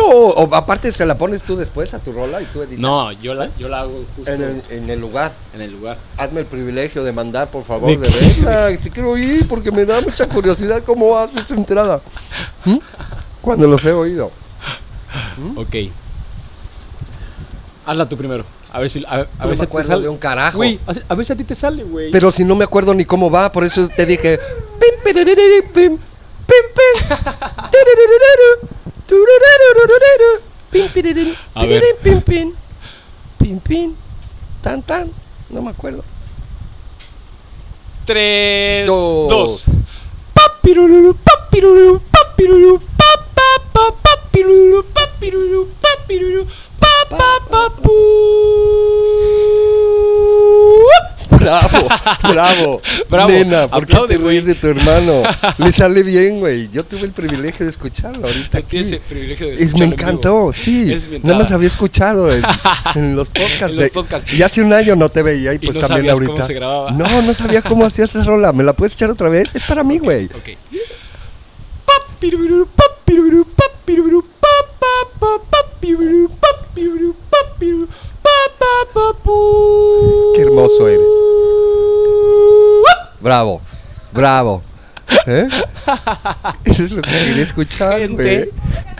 O aparte se la pones tú después a tu rola y tú editas. No, yo la hago justo En el lugar. en el lugar. Hazme el privilegio de mandar, por favor, de verla. Te quiero oír porque me da mucha curiosidad cómo haces esa entrada. Cuando los he oído. Ok. Hazla tú primero. A ver si No ver me si te acuerdo sale. de un carajo. Güey, a ver si a ti te sale, güey. Pero si no me acuerdo ni cómo va, por eso te dije. Pim, piririrí, pim, pim, pim. Tururururu, tururururu, pim, pirirín, A ver. pirirín, pim, pim. Pim, pim. Tan, tan. No me acuerdo. 3, Dos. 2. Papiruru, papiruru, papiruru, papiruru, papiruru, papiruru, papapapu. Bravo, bravo. Bravo. Nena, ¿por Aplaude, qué te ríes güey. de tu hermano? Le sale bien, güey. Yo tuve el privilegio de escucharlo ahorita aquí. Tienes el privilegio de Me escucharlo en encantó, vivo. sí. Es mi Nada más entrada. había escuchado en los podcasts. En los podcasts. Y hace un año no te veía y pues no también sabías ahorita. cómo se grababa. No sabía cómo hacías esa rola. ¿Me la puedes echar otra vez? Es para mí, güey. Ok. Papiruru, papiruru, papiruru, papiruru, papiruru, papiruru, papapapu. Qué hermoso eres. Bravo, bravo. ¿Eh? Eso es lo que quería escuchar, Gente. güey.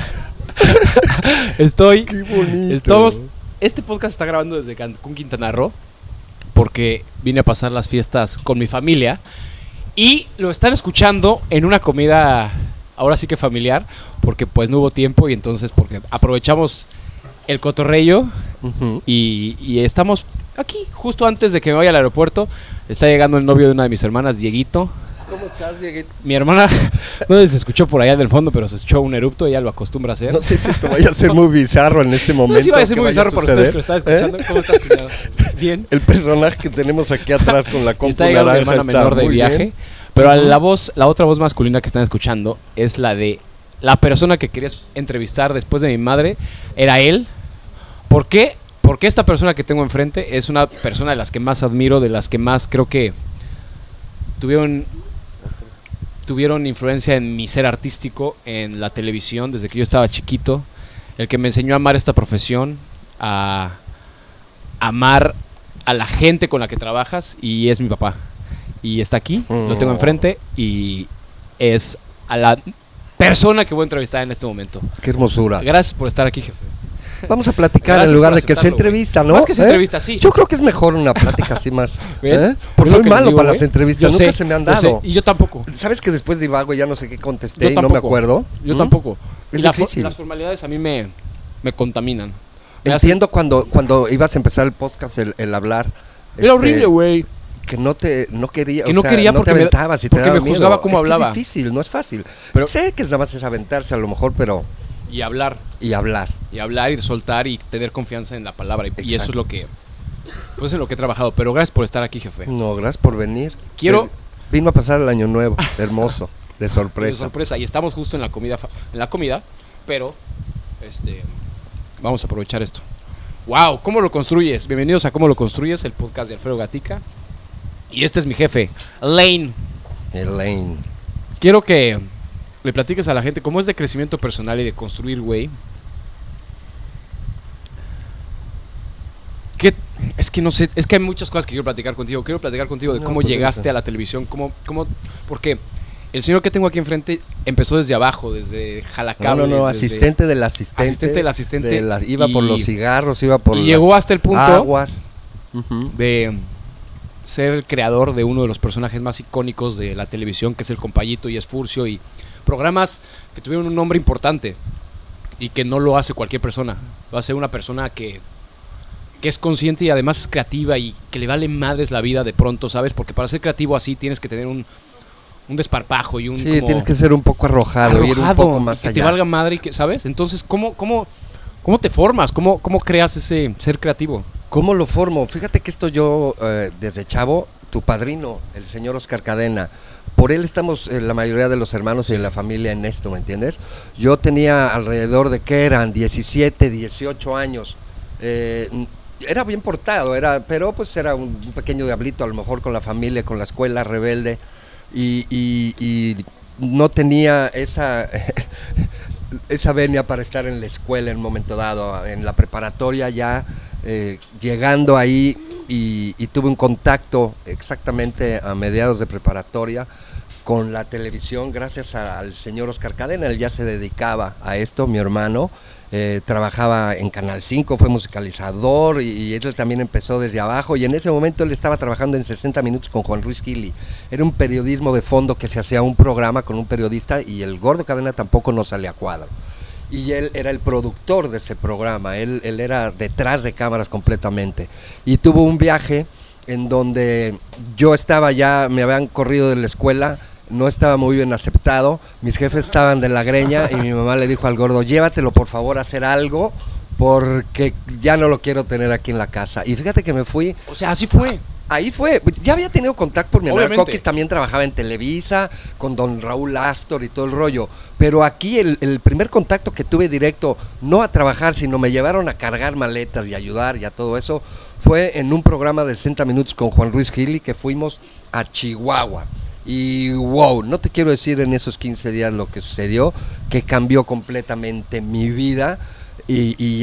Estoy. Qué bonito. Este podcast está grabando desde Cancún, Quintana Roo, porque vine a pasar las fiestas con mi familia y lo están escuchando en una comida, ahora sí que familiar, porque pues no hubo tiempo y entonces porque aprovechamos el cotorreo Ujú. y estamos aquí justo antes de que me vaya al aeropuerto. Está llegando el novio de una de mis hermanas, Dieguito. ¿Cómo estás, Dieguito? Mi hermana, no sé si se escuchó por allá del fondo, pero se escuchó un erupto, ella lo acostumbra a hacer. No sé si te vaya a ser muy bizarro en este momento. No sé si vaya a ser ¿qué muy vaya bizarro para ustedes que lo suceder? están escuchando. ¿Cómo estás, cuñado? Bien. El personaje que tenemos aquí atrás con la compu Está llegando mi naranja hermana está menor de muy viaje. bien. Pero la otra voz masculina que están escuchando es la de la persona que querías entrevistar después de mi madre. Era él. ¿Por qué? Porque esta persona que tengo enfrente es una persona de las que más admiro, de las que más creo que tuvieron influencia en mi ser artístico, en la televisión, desde que yo estaba chiquito. El que me enseñó a amar esta profesión, a amar a la gente con la que trabajas, y es mi papá. Y está aquí, lo tengo enfrente, y es a la persona que voy a entrevistar en este momento. Qué hermosura. Gracias por estar aquí, jefe. Vamos a platicar Gracias en lugar por de que se aceptarlo, güey. entrevista, ¿no? Más que se entrevista, sí. Yo creo que es mejor una plática así más. ¿Ven? Porque Es lo soy que les malo digo, para güey. las entrevistas, Yo nunca sé, se me han yo sé, dado. y yo tampoco. ¿Sabes que después divago ya no sé qué contesté Yo y no me tampoco. acuerdo? Yo ¿Mm? tampoco. Es La difícil. las formalidades a mí me contaminan. Me Entiendo cuando ibas a empezar el podcast, el hablar. Era horrible, güey. Que no quería, Que no quería no porque te me- aventabas y te porque daba me miedo. juzgaba cómo Es que hablaba. es difícil, no es fácil. Pero- Sé que nada más es aventarse a lo mejor, pero Y hablar. y hablar. Y hablar y soltar y tener confianza en la palabra. Y eso Exacto. es lo que... Pues en lo que he trabajado. Pero gracias por estar aquí, jefe. No, gracias por venir. Quiero- Vino a pasar el año nuevo, hermoso, de De sorpresa. sorpresa. Y estamos justo en la comida, pero vamos a aprovechar esto. Wow, ¿cómo lo construyes? Bienvenidos a Cómo lo construyes, el podcast de Alfredo Gatica. Y este es mi jefe, Lane. Elaine. Quiero que le platiques a la gente cómo es de crecimiento personal y de construir, güey. Es que no sé, es que hay muchas cosas que quiero platicar contigo. Quiero platicar contigo de No, cómo pues, llegaste ahorita. a la televisión, porque el señor que tengo aquí enfrente empezó desde abajo, desde jalacables. No, desde- asistente del asistente. Asistente del asistente. Iba por Y- los cigarros, iba por y las llegó hasta el punto aguas. Ujú. de ser el creador de uno de los personajes más icónicos de la televisión, que es el Compayito y es Furcio, y programas que tuvieron un nombre importante y que no lo hace cualquier persona. Lo hace una persona que es consciente y además es creativa y que le vale madres la vida de pronto, ¿sabes? Porque para ser creativo así tienes que tener un desparpajo y un... Sí, como tienes que ser un poco arrojado, ir un poco más que allá. te valga madre, y que, ¿sabes? Entonces, ¿cómo te formas? ¿Cómo creas ese ser creativo? ¿Cómo lo formo? Fíjate que esto yo, desde chavo, tu padrino, el señor Oscar Cadena, por él estamos la mayoría de los hermanos y de la familia en esto, ¿me entiendes? Yo tenía alrededor de, ¿qué eran? 17, 18 años. Era bien portado, pero pues era un pequeño diablito, a lo mejor con la familia, con la escuela, rebelde. Y no tenía esa venia para estar en la escuela en un momento dado, en la preparatoria ya, llegando ahí y tuve un contacto exactamente a mediados de preparatoria con la televisión gracias al señor Oscar Cadena. Él ya se dedicaba a esto, mi hermano. Trabajaba en Canal 5, fue musicalizador y él también empezó desde abajo, y en ese momento él estaba trabajando en 60 minutos con Juan Ruiz Gili. Era un periodismo de fondo que se hacía un programa con un periodista y el Gordo Cadena tampoco no salía a cuadro. Y él era el productor de ese programa, él era detrás de cámaras completamente. Y tuvo un viaje en donde yo estaba ya, me habían corrido de la escuela, no estaba muy bien aceptado, mis jefes estaban de la greña y mi mamá le dijo al Gordo, llévatelo por favor a hacer algo porque ya no lo quiero tener aquí en la casa. Y fíjate que me fui. O sea, así fue. Ahí fue, ya había tenido contacto por mi hermano Obviamente. Coquis, también trabajaba en Televisa, con don Raúl Astor y todo el rollo, pero aquí el primer contacto que tuve directo, no a trabajar, sino me llevaron a cargar maletas y ayudar y a todo eso, fue en un programa de 60 minutos con Juan Ruiz Gili, que fuimos a Chihuahua. Y wow, no te quiero decir en esos 15 días lo que sucedió, que cambió completamente mi vida. Y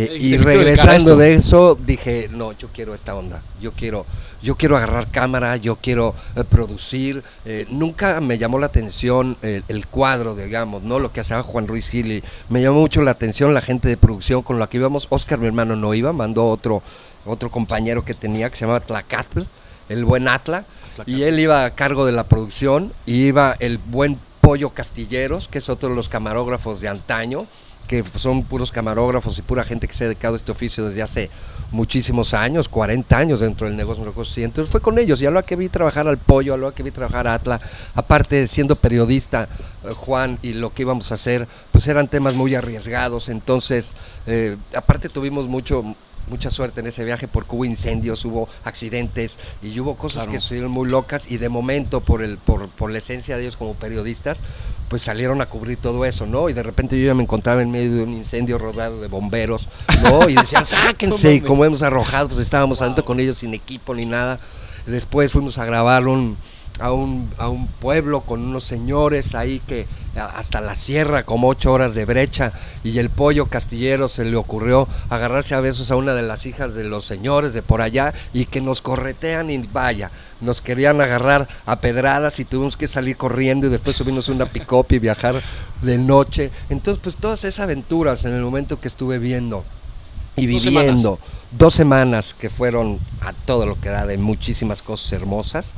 regresando de eso dije, no, yo quiero esta onda, yo quiero agarrar cámara, yo quiero producir. Nunca me llamó la atención el cuadro, digamos, no lo que hacía Juan Ruiz Gili. Me llamó mucho la atención la gente de producción con la que íbamos. Oscar, mi hermano, no iba, mandó otro compañero que tenía que se llamaba Tlacatl, el buen Atla, y él iba a cargo de la producción, y iba el buen Pollo Castilleros, que es otro de los camarógrafos de antaño, que son puros camarógrafos y pura gente que se ha dedicado a este oficio desde hace muchísimos años, 40 años dentro del negocio. Entonces fue con ellos, y a lo que vi trabajar al Pollo, a lo que vi trabajar a Atla, aparte siendo periodista, Juan, y lo que íbamos a hacer, pues eran temas muy arriesgados. Entonces, aparte tuvimos mucha suerte en ese viaje porque hubo incendios, hubo accidentes y hubo cosas que sucedieron muy locas, y de momento por la esencia de ellos como periodistas, pues salieron a cubrir todo eso, ¿no? Y de repente yo ya me encontraba en medio de un incendio rodeado de bomberos, ¿no? Y decían, sáquense, y como hemos arrojado, pues estábamos adentro con ellos sin equipo ni nada. Después fuimos a grabar a un pueblo con unos señores ahí que hasta la sierra, como 8 horas de brecha, y el Pollo Castillero se le ocurrió agarrarse a besos a una de las hijas de los señores de por allá, y que nos corretean y vaya, nos querían agarrar a pedradas y tuvimos que salir corriendo, y después subimos una pick-up y viajar de noche. Entonces pues todas esas aventuras en el momento que estuve viendo y viviendo 2 semanas que fueron a todo lo que da, de muchísimas cosas hermosas.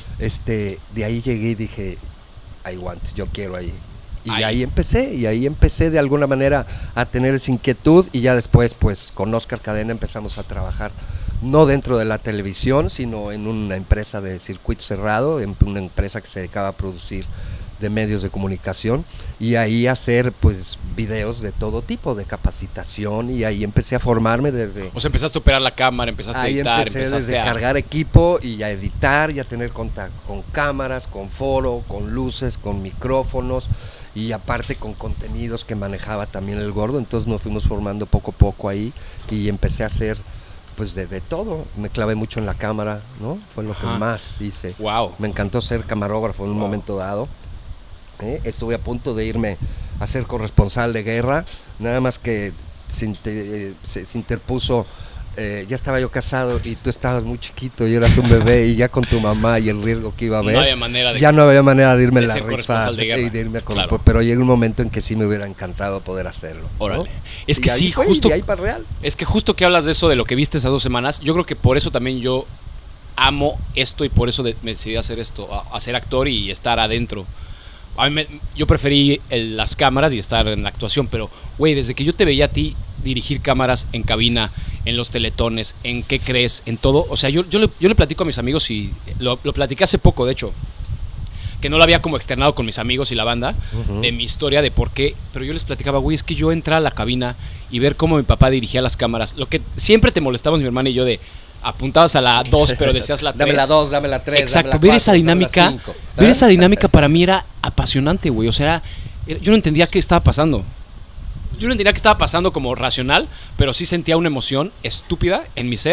De ahí llegué y dije, I want, yo quiero ahí. Y ahí empecé de alguna manera a tener esa inquietud, y ya después pues con Oscar Cadena empezamos a trabajar, no dentro de la televisión, sino en una empresa de circuito cerrado, en una empresa que se dedicaba a producir de medios de comunicación, y ahí hacer pues videos de todo tipo, de capacitación, y ahí empecé a formarme desde... O sea, empezaste a operar la cámara, empezaste a editar, empecé desde cargar equipo y a editar, y a tener contacto con cámaras, con foro, con luces, con micrófonos, y aparte con contenidos que manejaba también el Gordo. Entonces nos fuimos formando poco a poco ahí, y empecé a hacer pues de todo. Me clavé mucho en la cámara, ¿no? Fue lo que más hice. Wow. Me encantó ser camarógrafo en un momento dado. Estuve a punto de irme a ser corresponsal de guerra, nada más que se interpuso, ya estaba yo casado y tú estabas muy chiquito y eras un bebé, y ya con tu mamá y el riesgo que iba a haber, no había manera de irme a la rifa y de irme a pero llegó un momento en que sí me hubiera encantado poder hacerlo, ¿no? Órale. Es que sí, fue, justo. Y ahí para real. Es que justo que hablas de eso, de lo que viste esas 2 semanas, yo creo que por eso también yo amo esto, y por eso me decidí a hacer esto, a ser actor y estar adentro. Yo preferí las cámaras y estar en la actuación, pero, güey, desde que yo te veía a ti dirigir cámaras en cabina, en los teletones, en qué crees, en todo, o sea, yo le platico a mis amigos, y lo platiqué hace poco, de hecho, que no lo había como externado con mis amigos y la banda, de mi historia, de por qué, pero yo les platicaba, güey, es que yo entré a la cabina y ver cómo mi papá dirigía las cámaras, lo que siempre te molestamos mi hermana y yo, de apuntabas a la 2, pero decías la 3. Dame la 2, dame la 3. Exacto, dame la ver 4, esa dinámica, dame la 5. ver esa dinámica para mí era apasionante, güey. O sea, yo no entendía qué estaba pasando. Yo no entendía qué estaba pasando como racional, pero sí sentía una emoción estúpida en mi ser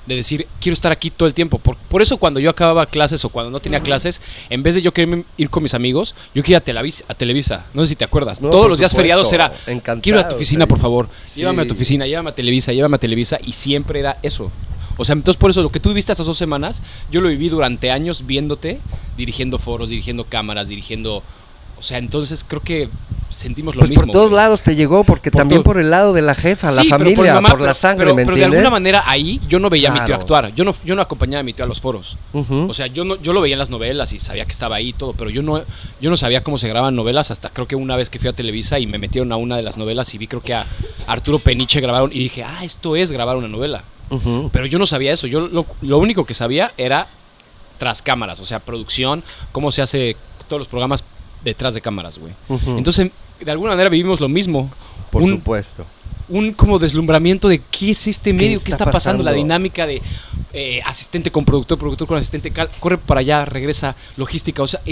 de decir, quiero estar aquí todo el tiempo. Por eso cuando yo acababa clases o cuando no tenía clases, en vez de yo querer ir con mis amigos, yo quería a Televisa. No sé si te acuerdas. No, Todos por los días supuesto. feriados era, Encantado, quiero ir a tu oficina, sí. por favor. Sí. Llévame a tu oficina, llévame a Televisa. Y siempre era eso. O sea, entonces por eso lo que tú viviste esas 2 semanas, yo lo viví durante años viéndote, dirigiendo foros, dirigiendo cámaras, dirigiendo... O sea, entonces creo que sentimos lo Pues mismo. por todos güey. lados te llegó, porque también por el lado de la jefa, la Sí, pero familia, mi mamá, por la sangre, pero ¿me de entiendes? alguna manera ahí yo no veía a mi tío Claro. actuar. Yo no acompañaba a mi tío a los foros. Ujú. O sea, yo lo veía en las novelas y sabía que estaba ahí y todo, pero yo no sabía cómo se graban novelas hasta creo que una vez que fui a Televisa y me metieron a una de las novelas y vi creo que a Arturo Peniche grabaron y dije, esto es grabar una novela. Ujú. Pero yo no sabía eso. Yo lo único que sabía era tras cámaras, o sea, producción, cómo se hace todos los programas detrás de cámaras, güey. Ujú. Entonces, de alguna manera vivimos lo mismo. Por un, supuesto. un como deslumbramiento de qué es este medio, qué está pasando, pasando? la dinámica de asistente con productor, productor con asistente, corre para allá, regresa, logística, o sea,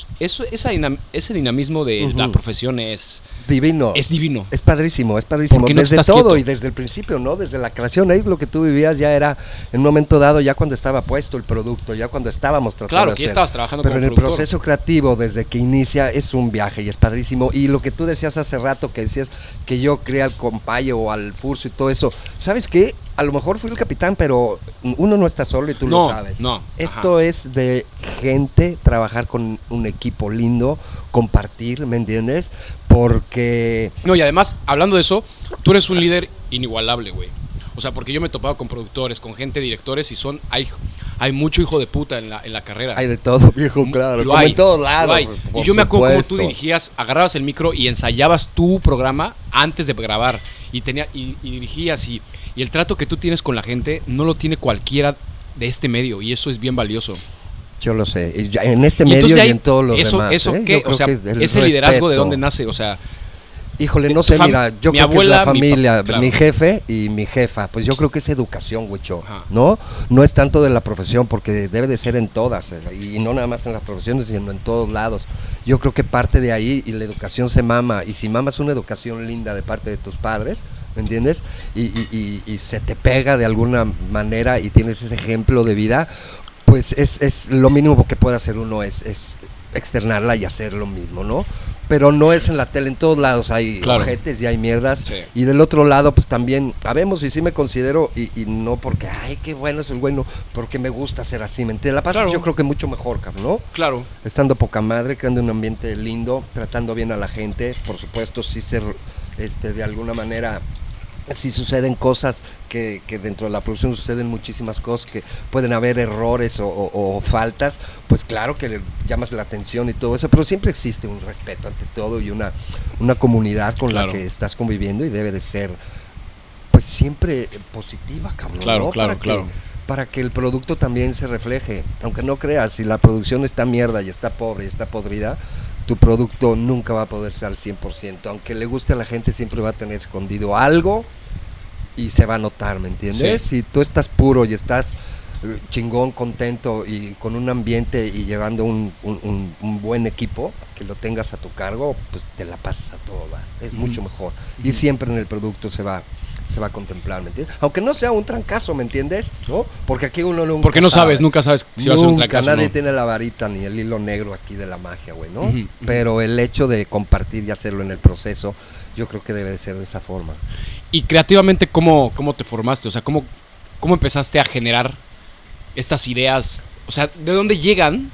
ese dinamismo de Ujú. la profesión es Divino. divino. Es padrísimo, es padrísimo. Porque no Desde estás todo quieto. y desde el principio, ¿no? Desde la creación, ahí lo que tú vivías ya era en un momento dado, ya cuando estaba puesto el producto, ya cuando estábamos tratando Claro, de que ya hacer. estabas trabajando Pero como en el productor. proceso creativo, desde que inicia, es un viaje y es padrísimo. Y lo que tú decías hace rato, que decías que yo crié al compayo o al furso y todo eso, ¿sabes qué? A lo mejor fui el capitán, pero uno no está solo y tú No, lo sabes. no, Esto ajá. es de gente, trabajar con un equipo lindo, compartir, ¿me entiendes? Porque... No, y además, hablando de eso, tú eres un líder inigualable, güey. O sea, porque yo me he topado con productores, con gente, directores, y hay mucho hijo de puta en la carrera. Hay de todo, viejo, claro. Lo Como hay, en todos lo lados. hay. por Y yo me acuerdo cómo tú supuesto. dirigías, agarrabas el micro y ensayabas tu programa antes de grabar. Y dirigías y el trato que tú tienes con la gente no lo tiene cualquiera de este medio. Y eso es bien valioso. Yo lo sé. Y ya en este Y medio entonces y ahí, en todos los demás. ¿Eso ¿eh? qué? Yo creo O sea, que el ese liderazgo de respeto. dónde nace, o sea... Híjole, no tu sé, mira, yo mi creo que abuela, es la familia, claro. mi jefe y mi jefa, pues yo creo que es educación, güicho, Ajá. ¿no? No es tanto de la profesión, porque debe de ser en todas, y no nada más en las profesiones, sino en todos lados. Yo creo que parte de ahí, y la educación se mama, y si mamas una educación linda de parte de tus padres, ¿me entiendes? Y se te pega de alguna manera, y tienes ese ejemplo de vida, pues es lo mínimo que puede hacer uno, es externarla y hacer lo mismo, ¿no? Pero no es en la tele, en todos lados hay Claro. ojetes y hay mierdas. Sí. Y del otro lado, pues también, sabemos y sí me considero, y no porque, ay, qué bueno es el güey, no, porque me gusta ser así, ¿me entiendes? La pasas Claro. yo creo que mucho mejor, cabrón, ¿no? Claro. Estando poca madre, creando un ambiente lindo, tratando bien a la gente, por supuesto, sí ser, de alguna manera... Sí suceden cosas que dentro de la producción suceden muchísimas cosas, que pueden haber errores o faltas, pues claro que le llamas la atención y todo eso, pero siempre existe un respeto ante todo y una comunidad con Claro. la que estás conviviendo y debe de ser pues siempre positiva, cabrón, Claro, ¿no? claro, claro. Para que el producto también se refleje, aunque no creas, si la producción está mierda y está pobre y está podrida, tu producto nunca va a poder ser al 100%, aunque le guste a la gente siempre va a tener escondido algo y se va a notar, ¿me entiendes? Sí. Si tú estás puro y estás chingón, contento y con un ambiente y llevando un buen equipo, que lo tengas a tu cargo, pues te la pasas a todo dar, es mucho mejor. Y siempre en el producto se va a contemplar, ¿me entiendes? Aunque no sea un trancazo, ¿me entiendes? ¿No? Porque aquí uno nunca Porque no sabes, sabe. nunca sabes si va a ser un fracaso. Nadie ¿no? tiene la varita ni el hilo negro aquí de la magia, güey, ¿no? Ujú, ujú. Pero el hecho de compartir y hacerlo en el proceso, yo creo que debe de ser de esa forma. Y creativamente, ¿cómo te formaste? O sea, ¿cómo empezaste a generar estas ideas? O sea, ¿de dónde llegan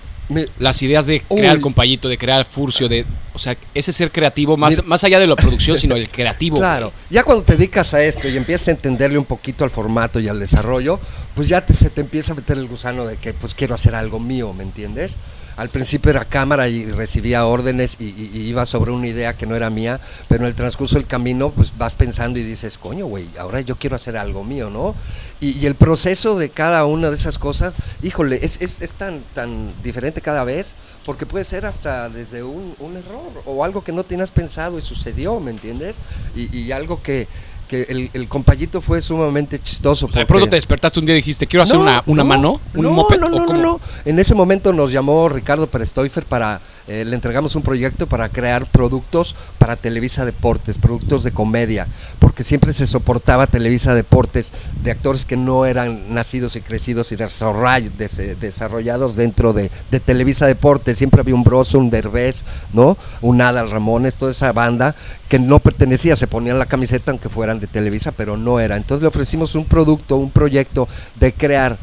las ideas de crear Uy. el compayito, de crear Furcio, o sea, ese ser creativo, más Mira. allá de la producción, sino el creativo? Claro, güey? ya cuando te dedicas a esto y empiezas a entenderle un poquito al formato y al desarrollo, pues ya se te empieza a meter el gusano de que pues quiero hacer algo mío, ¿me entiendes? Al principio era cámara y recibía órdenes y iba sobre una idea que no era mía, pero en el transcurso del camino pues vas pensando y dices, coño, güey, ahora yo quiero hacer algo mío, ¿no? Y el proceso de cada una de esas cosas, híjole, es tan diferente cada vez, porque puede ser hasta desde un error o algo que no tenías pensado y sucedió, ¿me entiendes? Y algo que que el compayito fue sumamente chistoso. O sea, de pronto te despertaste un día y dijiste, quiero hacer una mano, un moped. No. En ese momento nos llamó Ricardo Perestoifer le entregamos un proyecto para crear productos para Televisa Deportes, productos de comedia, porque siempre se soportaba Televisa Deportes de actores que no eran nacidos y crecidos y desarrollados dentro de Televisa Deportes. Siempre había un Broso, un Derbez, ¿no? Un Adal Ramones, toda esa banda que no pertenecía, se ponían la camiseta aunque fueran de Televisa, pero no era. Entonces le ofrecimos un proyecto de crear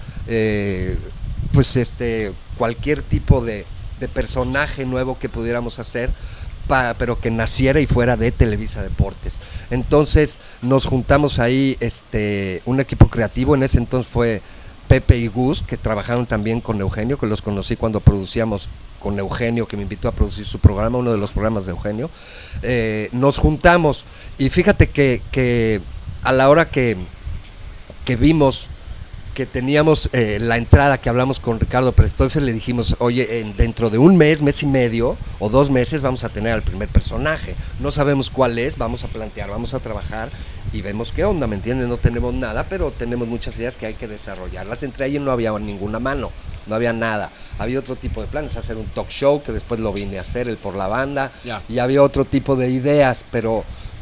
cualquier tipo de personaje nuevo que pudiéramos hacer, pero que naciera y fuera de Televisa Deportes. Entonces nos juntamos ahí un equipo creativo. En ese entonces fue Pepe y Gus, que trabajaron también con Eugenio, que los conocí cuando producíamos con Eugenio, que me invitó a producir su programa, uno de los programas de Eugenio. Nos juntamos y fíjate que a la hora que vimos que teníamos la entrada, que hablamos con Ricardo Perestoifer, le dijimos, oye, dentro de un mes y medio o 2 meses vamos a tener al primer personaje, no sabemos cuál es, vamos a plantear, vamos a trabajar y vemos qué onda, ¿me entiendes? No tenemos nada, pero tenemos muchas ideas que hay que desarrollarlas. Entre ellas no había ninguna mano, no había nada, había otro tipo de planes, hacer un talk show, que después lo vine a hacer, el Por la Banda, y había otro tipo de ideas, pero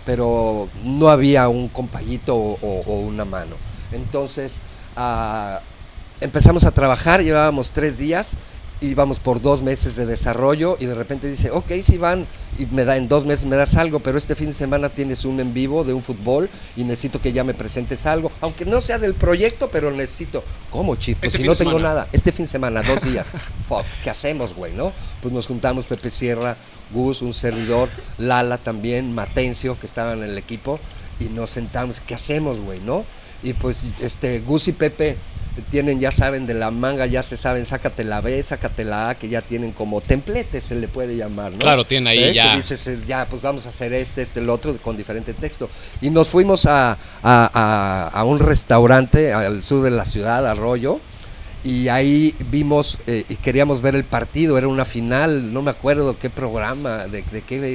no había un compayito o una mano. Entonces empezamos a trabajar, llevábamos 3 días, íbamos por 2 meses de desarrollo y de repente dice, ok, si van, y en 2 meses me das algo, pero este fin de semana tienes un en vivo de un fútbol y necesito que ya me presentes algo, aunque no sea del proyecto, pero necesito. ¿Cómo, Chief? Pues si no tengo nada, este fin de semana, 2 días, fuck, ¿qué hacemos, güey, no? Pues nos juntamos Pepe Sierra, Gus, un servidor, Lala también, Matencio, que estaban en el equipo, y nos sentamos, ¿qué hacemos, güey, no? Y pues Gus y Pepe tienen, ya saben, de la manga, ya se saben, sácate la B, sácate la A, que ya tienen como templete, se le puede llamar, ¿no? Claro, tienen ahí ya. Que dices, ya, pues vamos a hacer el otro, con diferente texto. Y nos fuimos a un restaurante al sur de la ciudad, Arroyo, y ahí vimos y queríamos ver el partido, era una final, no me acuerdo qué programa, de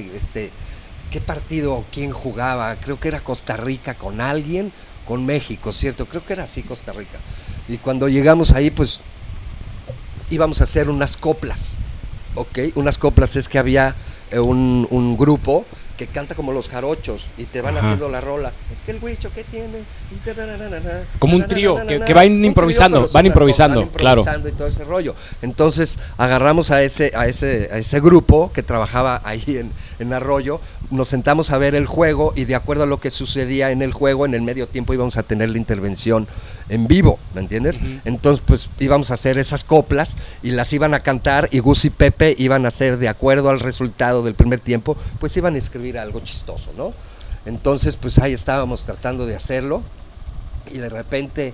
qué partido, quién jugaba, creo que era Costa Rica con alguien, con México, ¿cierto? Creo que era así, Costa Rica. Y cuando llegamos ahí, pues íbamos a hacer unas coplas, ¿ok? Unas coplas es que había un grupo que canta como los jarochos y te van haciendo la rola. Es que el huicho que tiene... Como un trío, que van improvisando, van improvisando, claro. Y todo ese rollo. Entonces agarramos a ese grupo que trabajaba ahí en Arroyo, nos sentamos a ver el juego y de acuerdo a lo que sucedía en el juego, en el medio tiempo íbamos a tener la intervención en vivo, ¿me entiendes? Entonces pues íbamos a hacer esas coplas y las iban a cantar y Gus y Pepe iban a hacer, de acuerdo al resultado del primer tiempo, pues iban a escribir algo chistoso, ¿no? Entonces pues ahí estábamos tratando de hacerlo y de repente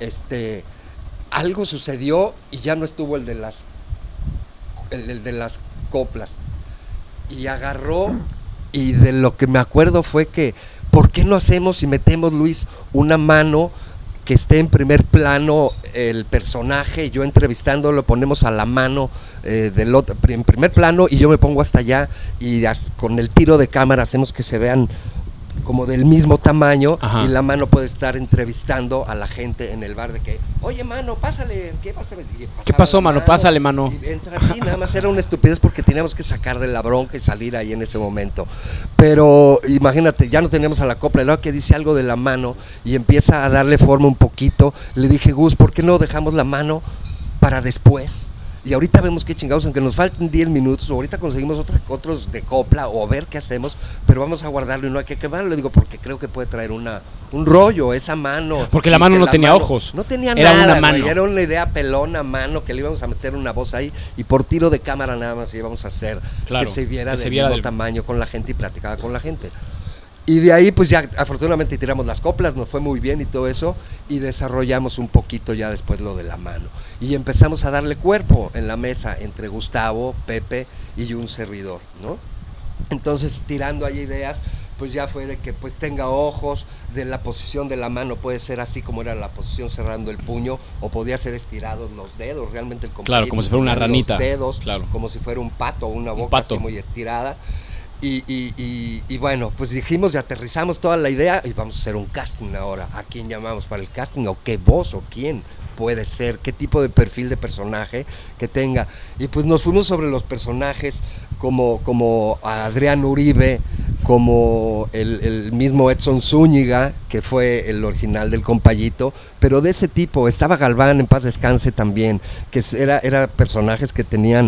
algo sucedió y ya no estuvo el de las coplas y agarró, y de lo que me acuerdo fue que ¿por qué no hacemos y metemos, Luis, una mano que esté en primer plano el personaje, yo entrevistándolo, ponemos a la mano del otro en primer plano y yo me pongo hasta allá y con el tiro de cámara hacemos que se vean como del mismo tamaño? Ajá. Y la mano puede estar entrevistando a la gente en el bar de que, oye, mano, pásale, ¿qué pasa? ¿Qué pasó, mano? Pásale, mano. Y entra así, nada más era una estupidez porque teníamos que sacar de la bronca y salir ahí en ese momento. Pero imagínate, ya no teníamos a la copla, luego que dice algo de la mano y empieza a darle forma un poquito. Le dije, Gus, ¿por qué no dejamos la mano para después? Y ahorita vemos qué chingados, aunque nos falten 10 minutos, o ahorita conseguimos otros de copla, o a ver qué hacemos, pero vamos a guardarlo y no hay que quemarlo. Le digo, porque creo que puede traer un rollo, esa mano. Porque la mano no tenía ojos. No tenía era nada, una mano. Güey, era una idea pelona, mano, que le íbamos a meter una voz ahí, y por tiro de cámara nada más íbamos a hacer que se viera del mismo tamaño con la gente y platicaba con la gente. Y de ahí pues ya afortunadamente tiramos las coplas, nos fue muy bien y todo eso, y desarrollamos un poquito ya después lo de la mano. Y empezamos a darle cuerpo en la mesa entre Gustavo, Pepe y un servidor, ¿no? Entonces tirando ahí ideas, pues ya fue de que pues tenga ojos, de la posición de la mano puede ser así como era la posición cerrando el puño, o podía ser estirados los dedos, realmente el claro, como si fuera una ranita, los dedos, claro, como si fuera un pato o una boca así muy estirada. Y bueno, pues dijimos y aterrizamos toda la idea y vamos a hacer un casting ahora. ¿A quién llamamos para el casting? ¿O qué voz? ¿O quién puede ser? ¿Qué tipo de perfil de personaje que tenga? Y pues nos fuimos sobre los personajes como Adrián Uribe, como el mismo Edson Zúñiga, que fue el original del Compayito, pero de ese tipo. Estaba Galván, en paz descanse también, que era personajes que tenían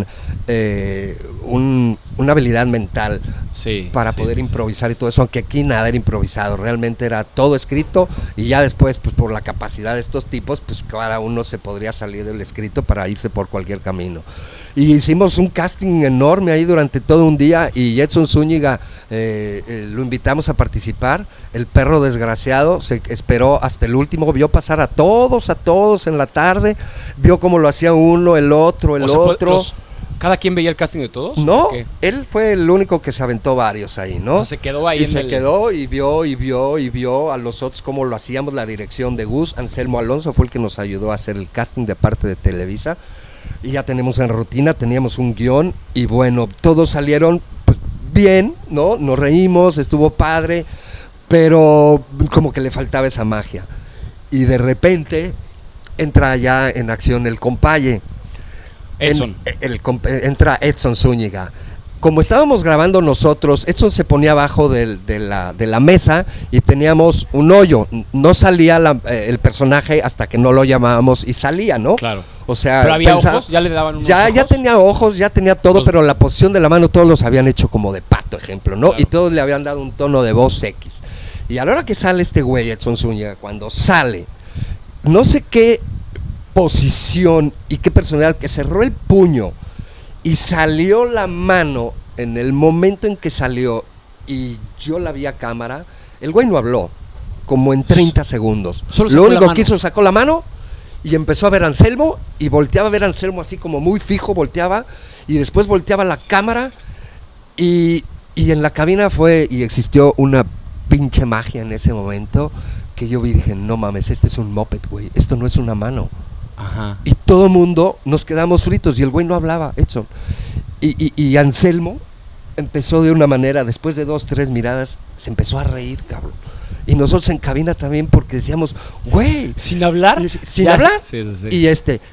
una habilidad mental para poder improvisar y todo eso, aunque aquí nada era improvisado, realmente era todo escrito y ya después, pues por la capacidad de estos tipos, pues cada uno se podría salir del escrito para irse por cualquier camino. Y hicimos un casting enorme ahí durante todo un día y Edson Zúñiga lo invitamos a participar. El perro desgraciado se esperó hasta el último, vio pasar a todos en la tarde, vio cómo lo hacía uno, el otro, otro. ¿Cada quien veía el casting de todos? No, él fue el único que se aventó varios ahí, ¿no? O sea, se quedó ahí. Quedó y vio a los otros cómo lo hacíamos. La dirección de Gus, Anselmo Alonso fue el que nos ayudó a hacer el casting de parte de Televisa. Y ya tenemos en rutina, teníamos un guión y bueno, todos salieron pues, bien, ¿no? Nos reímos, estuvo padre, pero como que le faltaba esa magia. Y de repente entra ya en acción el compaye. Entra Edson Zúñiga. Como estábamos grabando nosotros, Edson se ponía abajo de la mesa y teníamos un hoyo. No salía el personaje hasta que no lo llamábamos y salía, ¿no? Claro. O sea, ¿pero había ojos? ¿Ya le daban unos ojos? Ya tenía ojos, ya tenía todo, pero la posición de la mano todos los habían hecho como de pato, ejemplo, ¿no? Claro. Y todos le habían dado un tono de voz X. Y a la hora que sale este güey, Edson Zúñiga, cuando sale, no sé qué posición y qué personalidad, que cerró el puño y salió la mano en el momento en que salió y yo la vi a cámara, el güey no habló, como en 30 segundos. Lo único que hizo, sacó la mano y empezó a ver a Anselmo y volteaba a ver a Anselmo así como muy fijo, volteaba y después volteaba la cámara y en la cabina fue y existió una pinche magia en ese momento que yo vi y dije, no mames, este es un moped, güey, esto no es una mano. Ajá. Y todo el mundo nos quedamos fritos y el güey no hablaba, Edson. Y Anselmo empezó de una manera, después de 2, 3 miradas, se empezó a reír, cabrón. Y nosotros en cabina también porque decíamos, güey. ¿Sin hablar? ¿Sin hablar? Sí. Y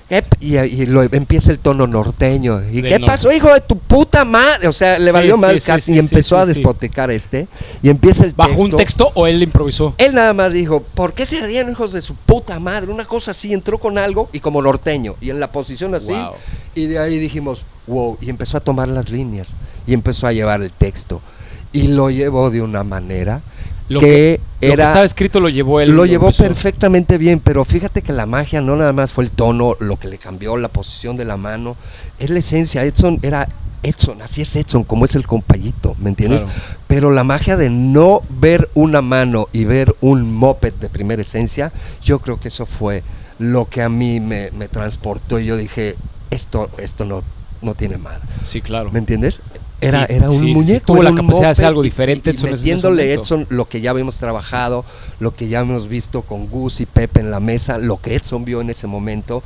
empieza el tono norteño. ¿Y qué pasó, hijo de tu puta madre? O sea, le valió mal casi y empezó a despotecar y empieza el texto. ¿Bajo un texto o él improvisó? Él nada más dijo, ¿por qué se rían, hijos de su puta madre? Una cosa así, entró con algo y como norteño. Y en la posición así. Wow. Y de ahí dijimos, wow. Y empezó a tomar las líneas. Y empezó a llevar el texto. Y lo llevó de una manera... Lo que estaba escrito lo llevó él. Lo llevó perfectamente bien, pero fíjate que la magia no nada más fue el tono, lo que le cambió, la posición de la mano, es la esencia. Edson era Edson, así es Edson, como es el compayito, ¿me entiendes? Claro. Pero la magia de no ver una mano y ver un moped de primera esencia, yo creo que eso fue lo que a mí me transportó y yo dije, esto no tiene madre. Sí, claro. ¿Me entiendes? Era un muñeco. Tuvo la capacidad de hacer algo diferente. Y metiéndole Edson lo que ya habíamos trabajado, lo que ya hemos visto con Gus y Pepe en la mesa, lo que Edson vio en ese momento,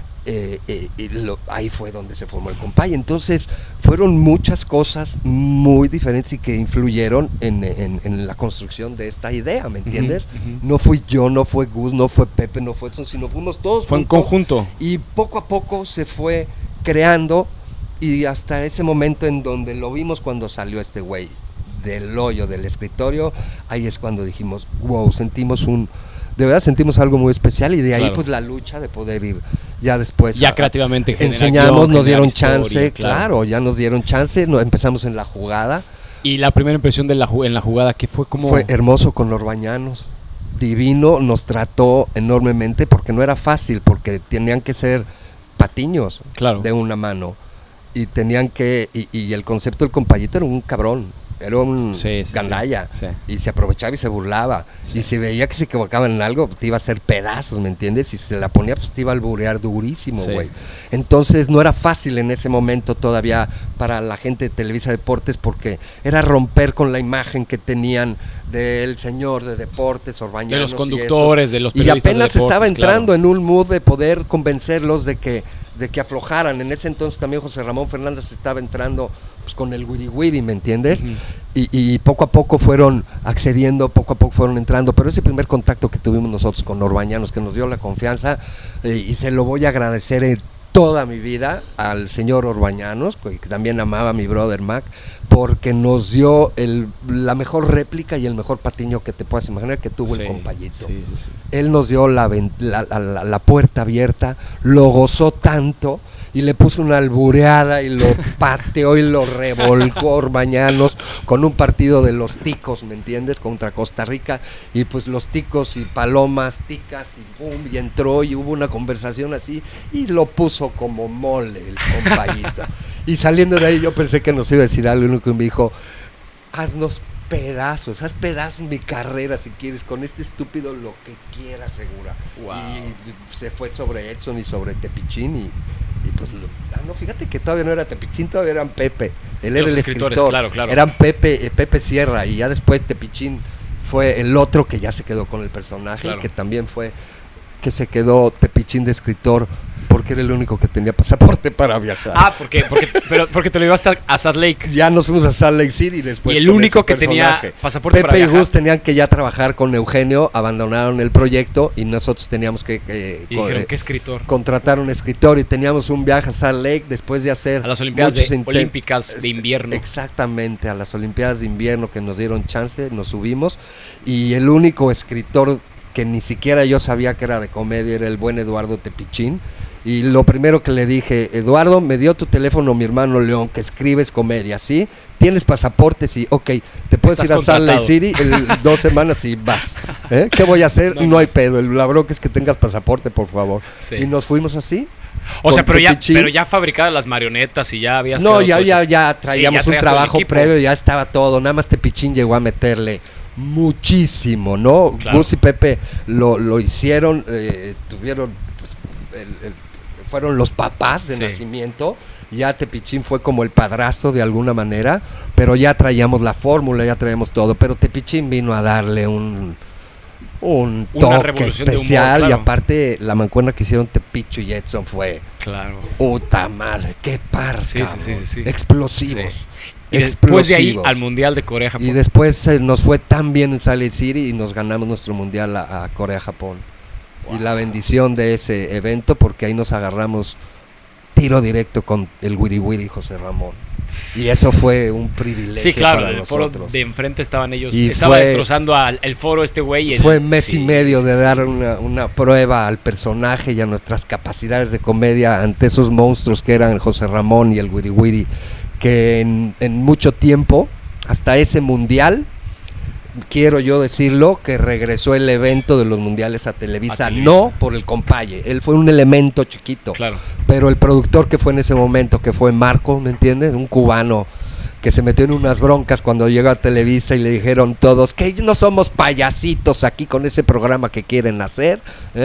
ahí fue donde se formó el compay. Entonces fueron muchas cosas muy diferentes y que influyeron en la construcción de esta idea, ¿me entiendes? No fui yo, no fue Gus, no fue Pepe, no fue Edson, sino fuimos todos. Fue en conjunto. Y poco a poco se fue creando. Y hasta ese momento en donde lo vimos cuando salió este güey del hoyo del escritorio, ahí es cuando dijimos, wow, de verdad sentimos algo muy especial y de ahí pues la lucha de poder ir ya después. Ya creativamente enseñamos, nos dieron chance, claro, ya nos dieron chance, empezamos en la jugada. Y la primera impresión en la jugada, ¿qué fue? ¿Cómo? Fue hermoso con los bañanos, divino, nos trató enormemente porque no era fácil, porque tenían que ser patiños de una mano. Y tenían que, y el concepto del compayito era un cabrón, era un gandalla, y se aprovechaba y se burlaba, y si veía que se equivocaba en algo, te iba a hacer pedazos, ¿me entiendes? Y si se la ponía, pues te iba a alburear durísimo, güey. Entonces no era fácil en ese momento todavía para la gente de Televisa Deportes, porque era romper con la imagen que tenían del señor de deportes, Orbañanos, de los conductores, de los periodistas y apenas de deportes, estaba entrando en un mood de poder convencerlos de que de que aflojaran. En ese entonces también José Ramón Fernández estaba entrando pues, con el wiri wiri, ¿me entiendes? Uh-huh. Y poco a poco fueron accediendo, poco a poco fueron entrando, pero ese primer contacto que tuvimos nosotros con Orbañanos, que nos dio la confianza, y se lo voy a agradecer en toda mi vida al señor Orbañanos, que también amaba a mi brother Mac, porque nos dio la mejor réplica y el mejor patiño que te puedas imaginar que tuvo el compayito. Sí. Él nos dio la puerta abierta, lo gozó tanto y le puso una albureada y lo pateó y lo revolcó Orbañanos con un partido de los ticos, ¿me entiendes? Contra Costa Rica, y pues los ticos y palomas, ticas y pum, y entró y hubo una conversación así y lo puso como mole el compayito. Y saliendo de ahí yo pensé que nos iba a decir algo, y lo único que me dijo, haz pedazos mi carrera si quieres, con este estúpido lo que quieras, segura. Wow. Y se fue sobre Edson y sobre Tepichín y pues, no, fíjate que todavía no era Tepichín, todavía eran Pepe, él era el escritor, claro. Eran Pepe Sierra, y ya después Tepichín fue el otro que ya se quedó con el personaje, claro. Que también fue, que se quedó Tepichín de escritor, porque era el único que tenía pasaporte para viajar. Ah, porque te lo llevaste a Salt Lake. Ya nos fuimos a Salt Lake City después. Y el único que tenía pasaporte Pepe para viajar. Pepe y Gus tenían que ya trabajar con Eugenio, abandonaron el proyecto y nosotros teníamos que dijeron, ¿qué escritor? Contratar un escritor, y teníamos un viaje a Salt Lake después de hacer a las Olimpiadas Olímpicas de invierno. Exactamente, a las Olimpiadas de invierno que nos dieron chance, nos subimos, y el único escritor que ni siquiera yo sabía que era de comedia era el buen Eduardo Tepichín. Y lo primero que le dije, Eduardo, me dio tu teléfono mi hermano León, que escribes comedia, ¿sí? ¿Tienes pasaporte? Sí, ok, te puedes ir a Salt Lake City 2 semanas y vas. ¿Qué voy a hacer? No hay pedo, la bronca es que tengas pasaporte, por favor. Sí. Y nos fuimos así. O sea, pero ya fabricadas las marionetas y ya habías... No, ya traíamos un trabajo previo, ya estaba todo, nada más Tepichín llegó a meterle muchísimo, ¿no? Claro. Gus y Pepe lo hicieron, tuvieron... Pues, fueron los papás de nacimiento, ya Tepichín fue como el padrastro de alguna manera, pero ya traíamos la fórmula, ya traíamos todo, pero Tepichín vino a darle un toque especial, humor, claro. Y aparte la mancuerna que hicieron Tepicho y Edson fue, claro, puta madre, qué par, sí. Explosivos. Y después de ahí al Mundial de Corea-Japón. Y después nos fue tan bien en Salt Lake City y nos ganamos nuestro Mundial a Corea-Japón. Wow. Y la bendición de ese evento, porque ahí nos agarramos tiro directo con el wiri wiri José Ramón. Y eso fue un privilegio. Sí, claro, para el nosotros. Foro de enfrente estaban ellos. Estaba destrozando el foro este güey. Fue mes y medio de dar una prueba al personaje y a nuestras capacidades de comedia ante esos monstruos que eran José Ramón y el wiri wiri, que en mucho tiempo, hasta ese mundial, quiero yo decirlo, que regresó el evento de los mundiales a Televisa, no por el compaye, él fue un elemento chiquito, claro. Pero el productor que fue en ese momento, que fue Marco, ¿me entiendes? Un cubano que se metió en unas broncas cuando llegó a Televisa y le dijeron todos que no somos payasitos aquí con ese programa que quieren hacer,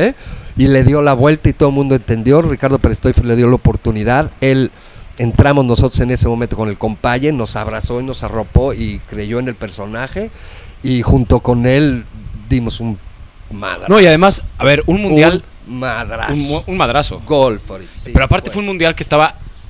y le dio la vuelta y todo el mundo entendió. Ricardo Perestoy le dio la oportunidad, entramos nosotros en ese momento con el compaye, nos abrazó y nos arropó y creyó en el personaje, y junto con él dimos un madrazo. No, y además, a ver, un mundial... Un madrazo. Goal for it, sí. Pero aparte fue un mundial que estaba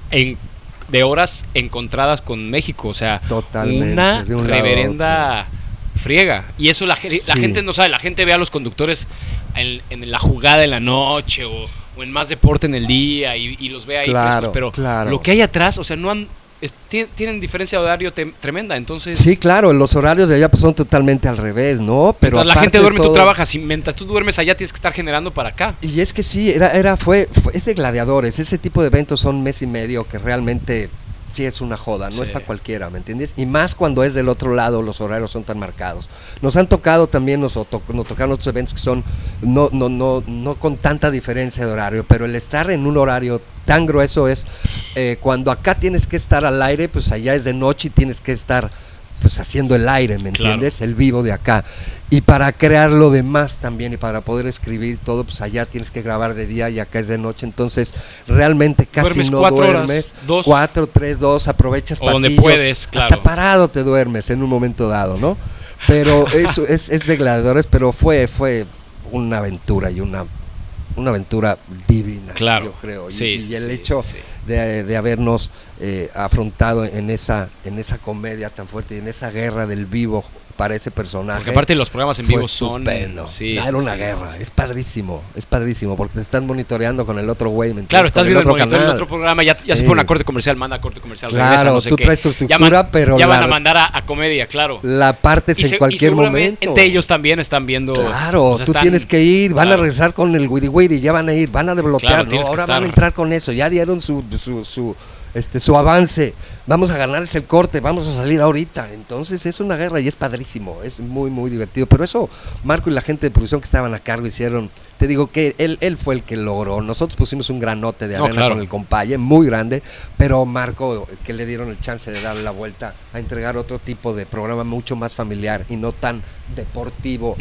de horas encontradas con México, o sea, totalmente, una reverenda friega. Y eso la gente no sabe, la gente ve a los conductores en la jugada en la noche o en Más Deporte en el día y los ve ahí frescos, pero lo que hay atrás, o sea, tienen diferencia de horario tremenda, entonces... Sí, claro, los horarios de allá pues son totalmente al revés, ¿no? Pero la gente duerme, tú trabajas, y mientras tú duermes allá tienes que estar generando para acá. Y es que sí, fue es de gladiadores, ese tipo de eventos son mes y medio que realmente... Sí, es una joda, no es para cualquiera, ¿me entiendes? Y más cuando es del otro lado, los horarios son tan marcados. Nos han tocado también, nos tocaron otros eventos que son no con tanta diferencia de horario, pero el estar en un horario tan grueso es cuando acá tienes que estar al aire, pues allá es de noche y tienes que estar pues haciendo el aire, ¿me entiendes? Claro. El vivo de acá. Y para crear lo demás también y para poder escribir todo, pues allá tienes que grabar de día y acá es de noche. Entonces, realmente casi no duermes. 4, 3, 2, aprovechas pasillos. Donde puedes, claro. Hasta parado te duermes en un momento dado, ¿no? Pero eso es de gladiadores, pero fue una aventura y una una aventura divina, claro, yo creo. Sí, y el hecho de habernos afrontado en esa comedia tan fuerte y en esa guerra del vivo para ese personaje. Porque aparte los programas en vivo son... estupendo. Sí, era una guerra, es padrísimo, porque te están monitoreando con el otro güey, ¿me entiendes? Claro, estás con viendo el otro monitor del canal. otro programa, ya se fue una corte comercial, manda a corte comercial, claro, regresa, no sé tú qué. traes tu estructura, pero ya van a mandar a comedia, claro. La partes en cualquier momento. Ellos también están viendo... Claro, o sea, tú tienes que ir, van a regresar con el wiri wiri, ya van a ir, van a desbloquear, claro, ¿no? Ahora van a entrar con eso, ya dieron su avance, vamos a ganarles el corte, vamos a salir ahorita. Entonces es una guerra y es padrísimo, es muy muy divertido, pero eso Marco y la gente de producción que estaban a cargo hicieron. Te digo que él fue el que logró. Nosotros pusimos un granote de arena con el compaye, muy grande, pero Marco, que le dieron el chance de darle la vuelta a entregar otro tipo de programa mucho más familiar y no tan deportivo,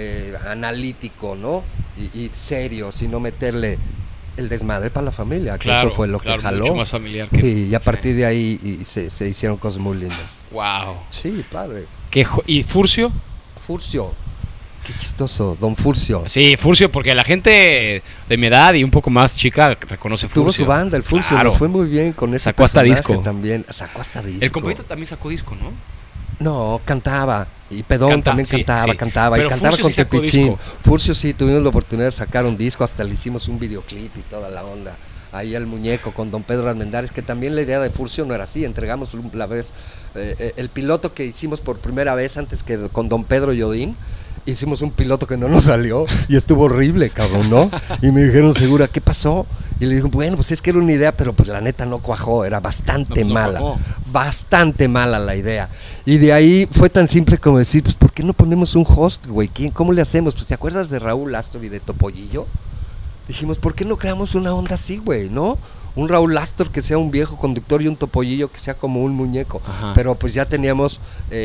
analítico, ¿no? Y serio, sino meterle el desmadre para la familia, que eso fue lo que jaló. Mucho más familiar. Y a partir de ahí se hicieron cosas muy lindas. Wow. Sí, padre. ¿Y Furcio? Furcio. Qué chistoso, don Furcio. Sí, Furcio, porque la gente de mi edad y un poco más chica reconoce Furcio. Tuvo su banda, el Furcio, claro. Le fue muy bien con ese Sacó hasta disco. También. Sacó hasta disco. El compañito también sacó disco, ¿no? No, cantaba. Y Pedón también cantaba. Pero Y cantaba Furcio con sí sacó Tepichín. disco. Furcio sí, tuvimos la oportunidad de sacar un disco, hasta le hicimos un videoclip y toda la onda. Ahí el muñeco con don Pedro Armendáriz, que también la idea de Furcio no era así. Entregamos la vez el piloto que hicimos por primera vez antes que con don Pedro Yodín. Hicimos un piloto que no nos salió y estuvo horrible, cabrón, ¿no? Y me dijeron, Segura, ¿qué pasó? Y le dije, bueno, pues es que era una idea, pero pues la neta no cuajó, era bastante mala, bastante mala la idea. Y de ahí fue tan simple como decir, pues ¿por qué no ponemos un host, güey? ¿Cómo le hacemos? Pues ¿te acuerdas de Raúl Astor y de Topollillo? Dijimos, ¿por qué no creamos una onda así, güey, no? Un Raúl Astor que sea un viejo conductor y un Topollillo que sea como un muñeco. Ajá. Pero pues ya teníamos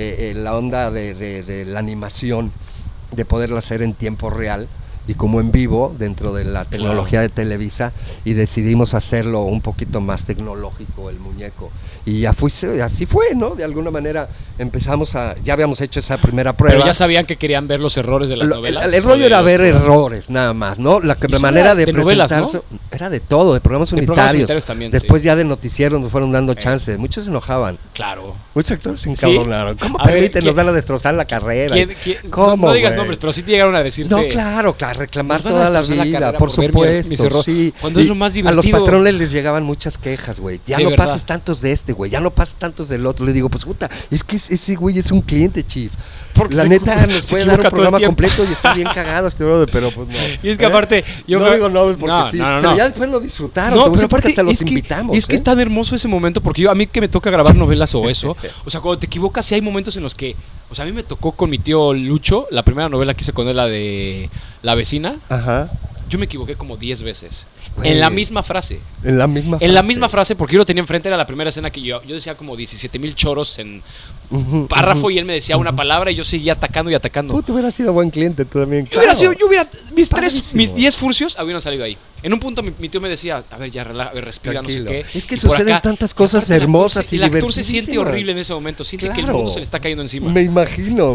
la onda de la animación, de poderla hacer en tiempo real y como en vivo dentro de la tecnología de Televisa, y decidimos hacerlo un poquito más tecnológico el muñeco, y así fue, ¿no? De alguna manera empezamos ya habíamos hecho esa primera prueba. Pero ya sabían que querían ver los errores de las novelas. El rollo era ver errores nada más, ¿no? La manera de presentarse novelas, ¿no? Era de todo, de programas unitarios. También, después ya de noticieros nos fueron dando chance, muchos se enojaban. Claro. Muchos actores se encabronaron. ¿Cómo nos van a destrozar la carrera? ¿Cómo, no digas nombres, pero sí te llegaron a decirte. No, claro, reclamar toda la vida, por supuesto. Sí. Cuando es lo más divertido. A los patrones les llegaban muchas quejas, güey. Ya no pases tantos de este, güey. Ya no pases tantos del otro. Le digo, pues puta, es que ese güey es un cliente, Chief. Porque la neta nos puede dar un programa completo y está bien cagado este brother, pero pues no. Y es que aparte, yo no digo nombres porque sí, pero ya después lo disfrutaron. No, pero aparte hasta los invitamos. Y es que es tan hermoso ese momento, porque a mí que me toca grabar novelas o eso, o sea, cuando te equivocas, sí hay momentos en los que, o sea, a mí me tocó con mi tío Lucho, la primera novela que hice con él, la de La Vecina. Ajá. Yo me equivoqué como 10 veces. Güey. En la misma frase. En la misma frase. En la misma frase, porque yo lo tenía enfrente, era la primera escena que yo decía como 17,000 choros en párrafo y él me decía una palabra y yo seguía atacando y atacando. Puta, hubiera sido buen cliente tú también. Claro. Mis 10 furcios hubieran salido ahí. En un punto mi tío me decía, a ver, ya respira, tranquilo, no sé qué. Es que suceden tantas cosas hermosas y divertidas. El actor se siente horrible en ese momento, siente que el mundo se le está cayendo encima. Me imagino.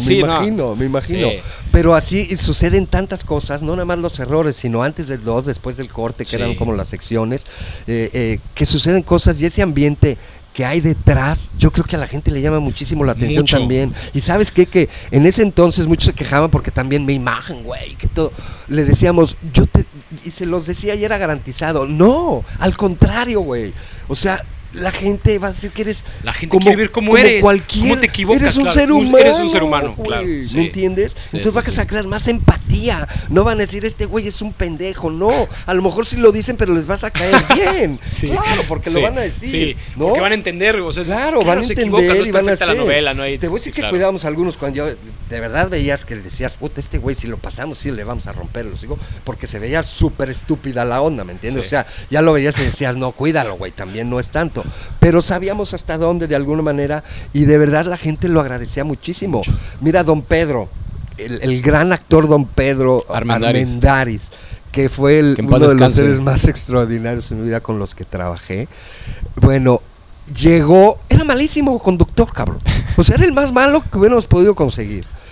Pero así suceden tantas cosas, no nada más los errores, sino antes del 2, después del corte, que eran como las secciones, que suceden cosas y ese ambiente que hay detrás, yo creo que a la gente le llama muchísimo la atención también. Y ¿sabes qué? Que en ese entonces muchos se quejaban porque también mi imagen, güey, que todo, le decíamos, y se los decía y era garantizado. No, al contrario, güey. O sea, la gente va a decir que eres la gente quiere ver cómo eres, cómo te equivocas. Eres un ser humano. Eres un ser humano, claro. ¿Me entiendes? Entonces vas a crear más empatía. No van a decir, este güey es un pendejo. No, a lo mejor sí lo dicen, pero les vas a caer bien. Claro, porque lo van a decir. ¿no? Porque van a entender. O sea, claro, van a entender y van a hacer. La novela, ¿no? Te voy a decir que cuidábamos a algunos cuando yo de verdad veías que le decías, puta, este güey si lo pasamos, sí le vamos a romper los hijos, porque se veía súper estúpida la onda, ¿me entiendes? O sea, ya lo veías y decías, no, cuídalo, güey, también no es tanto. Pero sabíamos hasta dónde de alguna manera y de verdad la gente lo agradecía muchísimo. Mira, don Pedro, el gran actor don Pedro Armendáriz, que fue uno de los seres más extraordinarios en mi vida con los que trabajé. Bueno, llegó, era malísimo conductor, cabrón. O sea, era el más malo que hubiéramos podido conseguir.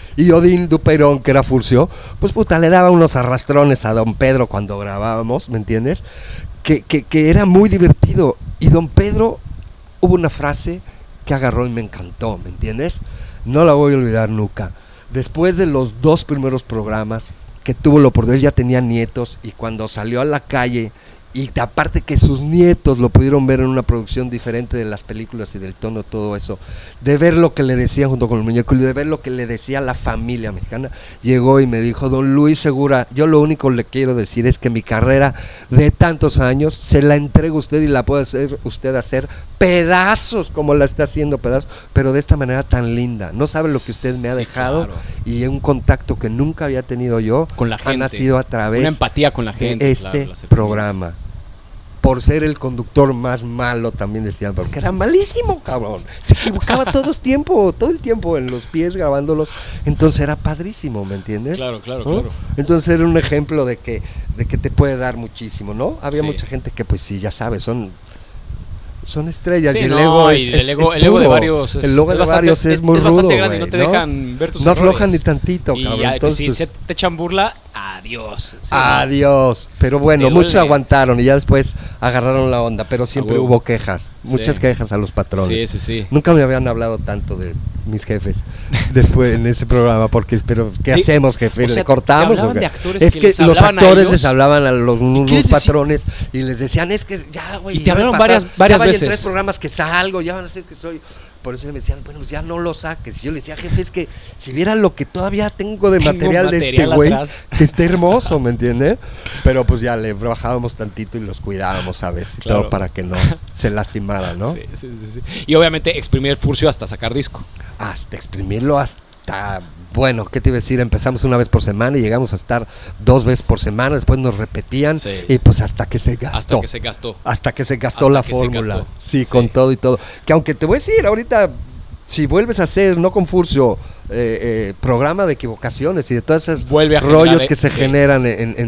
Y Odín Dupeirón, que era Furcio, pues puta, le daba unos arrastrones a don Pedro cuando grabábamos, ¿me entiendes? Que era muy divertido. Y don Pedro, hubo una frase que agarró y me encantó, ¿me entiendes? No la voy a olvidar nunca. Después de los 2 primeros programas que tuvo la oportunidad, él ya tenía nietos, y cuando salió a la calle, y aparte que sus nietos lo pudieron ver en una producción diferente de las películas y del tono, todo eso, de ver lo que le decían junto con el muñeco y de ver lo que le decía la familia mexicana, llegó y me dijo: don Luis Segura, yo lo único que le quiero decir es que mi carrera de tantos años se la entrego a usted y la puede hacer usted hacer pedazos como la está haciendo pedazos, pero de esta manera tan linda. No sabe lo que usted me ha dejado, claro. Y un contacto que nunca había tenido yo con la gente, ha nacido a través una empatía con la gente, de este programa. Por ser el conductor más malo, también decían, porque era malísimo, cabrón. Se equivocaba todo el tiempo en los pies grabándolos. Entonces era padrísimo, ¿me entiendes? Claro, claro, ¿no? claro. Entonces era un ejemplo de que te puede dar muchísimo, ¿no? Había mucha gente que, pues sí, ya sabes, son estrellas, sí, y el ego el ego de varios es muy rudo, bastante grande, wey, y no te dejan ver tus no errores. aflojan ni tantito, y cabrón. Ya, entonces, si pues, se te echan burla, adiós. Sí, adiós. Pero bueno, muchos aguantaron y ya después agarraron la onda, pero siempre hubo quejas, muchas quejas a los patrones. Sí. Nunca me habían hablado tanto de mis jefes después en ese programa, porque pero ¿qué hacemos, jefe? O sea, ¿le cortamos? ¿te hablaban de actores es que los actores a les hablaban a los patrones y les decían, es que ya, güey, y te hablaron varias veces. En 3 programas que salgo, ya van a decir que soy. Por eso me decían, bueno, pues ya no lo saques. Y yo le decía, jefe, es que si vieran lo que todavía tengo de material de este güey, que está hermoso, ¿me entiendes? Pero pues ya le bajábamos tantito y los cuidábamos, ¿sabes? Y todo para que no se lastimaran, ¿no? Sí. Y obviamente exprimir el Furcio hasta sacar disco. Hasta exprimirlo, bueno, ¿qué te iba a decir? Empezamos una vez por semana y llegamos a estar 2 veces por semana, después nos repetían y pues hasta que se gastó la fórmula. Sí, con todo y todo. Que aunque te voy a decir, ahorita, si vuelves a hacer, no con Furcio, programa de equivocaciones y de todos esos rollos que se generan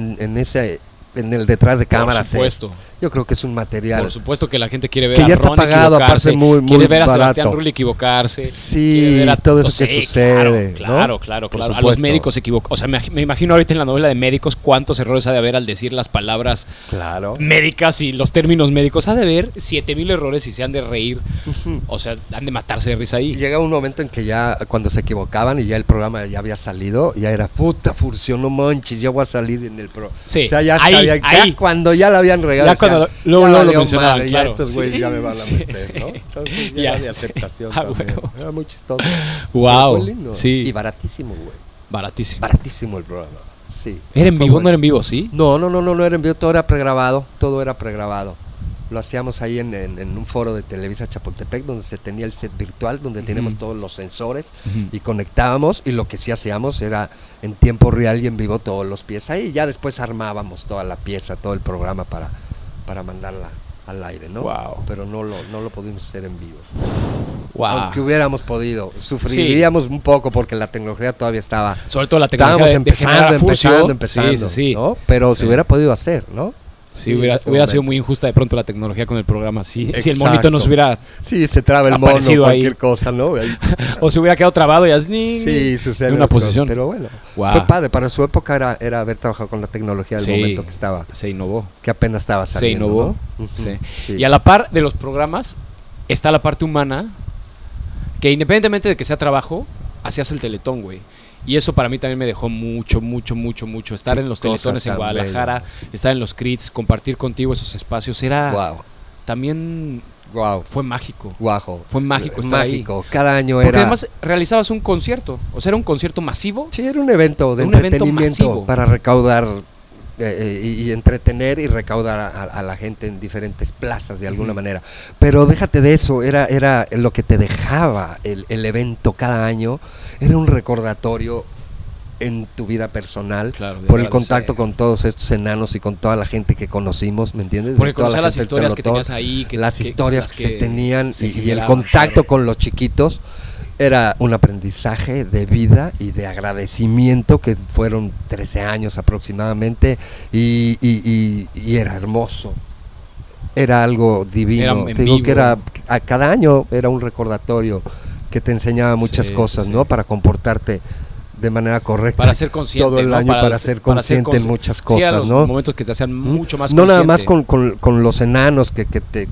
en el detrás de cámaras. Por supuesto. Yo creo que es un material. Por supuesto que la gente quiere ver que a ya está Ron pagado, aparte muy quiere ver a barato. Sebastián Rulli equivocarse. Sí, ver todo eso que sucede. Claro. A los médicos se equivocan. O sea, me imagino ahorita en la novela de médicos cuántos errores ha de haber al decir las palabras médicas y los términos médicos. Ha de haber 7,000 errores y se han de reír. O sea, han de matarse de risa ahí. Llega un momento en que ya, cuando se equivocaban y ya el programa ya había salido, ya era puta Furcio, no manches, ya voy a salir en el programa. Sí, o sea, ya sabían, ya cuando ya la habían regado. Ya cuando luego lo mencionaban, madre, claro. Ya estos güeyes ya me van a meter, ¿no? Entonces ya de aceptación también. Era muy chistoso. Wow. Fue lindo. Sí. Y baratísimo, güey. Baratísimo el programa. Sí. ¿Era en vivo? ¿No era en vivo, sí? No era en vivo, todo era pregrabado. Lo hacíamos ahí en un foro de Televisa Chapultepec, donde se tenía el set virtual, donde teníamos todos los sensores y conectábamos, y lo que sí hacíamos era en tiempo real y en vivo todos los pies ahí, y ya después armábamos toda la pieza, todo el programa para mandarla al aire, ¿no? Wow. Pero no lo pudimos hacer en vivo. Wow. Aunque hubiéramos podido, sufriríamos un poco porque la tecnología todavía estaba. Sobre todo la tecnología empezando, sí. ¿no? Pero se hubiera podido hacer, ¿no? Sí, hubiera sido muy injusta de pronto la tecnología con el programa. Si el monito no se hubiera. Sí, se traba el mono, cualquier cosa, ¿no? O se hubiera quedado trabado y sucede en una posición. Pero bueno, fue padre. Para su época era haber trabajado con la tecnología del momento que estaba. Se innovó. Que apenas estaba saliendo. Se innovó. ¿no? Sí. Y a la par de los programas está la parte humana, que independientemente de que sea trabajo, hacías el Teletón, güey. Y eso para mí también me dejó mucho. Estar en los teletones en Guadalajara, estar en los CRITs, compartir contigo esos espacios, era también fue mágico. Fue mágico estar mágico. Ahí. Cada año porque era. Además realizabas un concierto, o sea, era un concierto masivo. Sí, era un evento de entretenimiento para recaudar y entretener y recaudar a la gente en diferentes plazas de alguna manera. Pero déjate de eso, era lo que te dejaba el evento cada año, era un recordatorio en tu vida personal, por el contacto con todos estos enanos y con toda la gente que conocimos, ¿me entiendes? Porque conocer las historias que tenías ahí, las historias que se tenían y el contacto con los chiquitos. Era un aprendizaje de vida y de agradecimiento que fueron 13 años aproximadamente y era hermoso. Era algo divino. Te digo que a cada año era un recordatorio que te enseñaba muchas cosas, ¿no? Para comportarte de manera correcta. Para ser consciente, todo el ¿no? año, para ser consciente en muchas Sí, a cosas, los ¿no? momentos que te hacían mucho más No consciente. nada más con los enanos que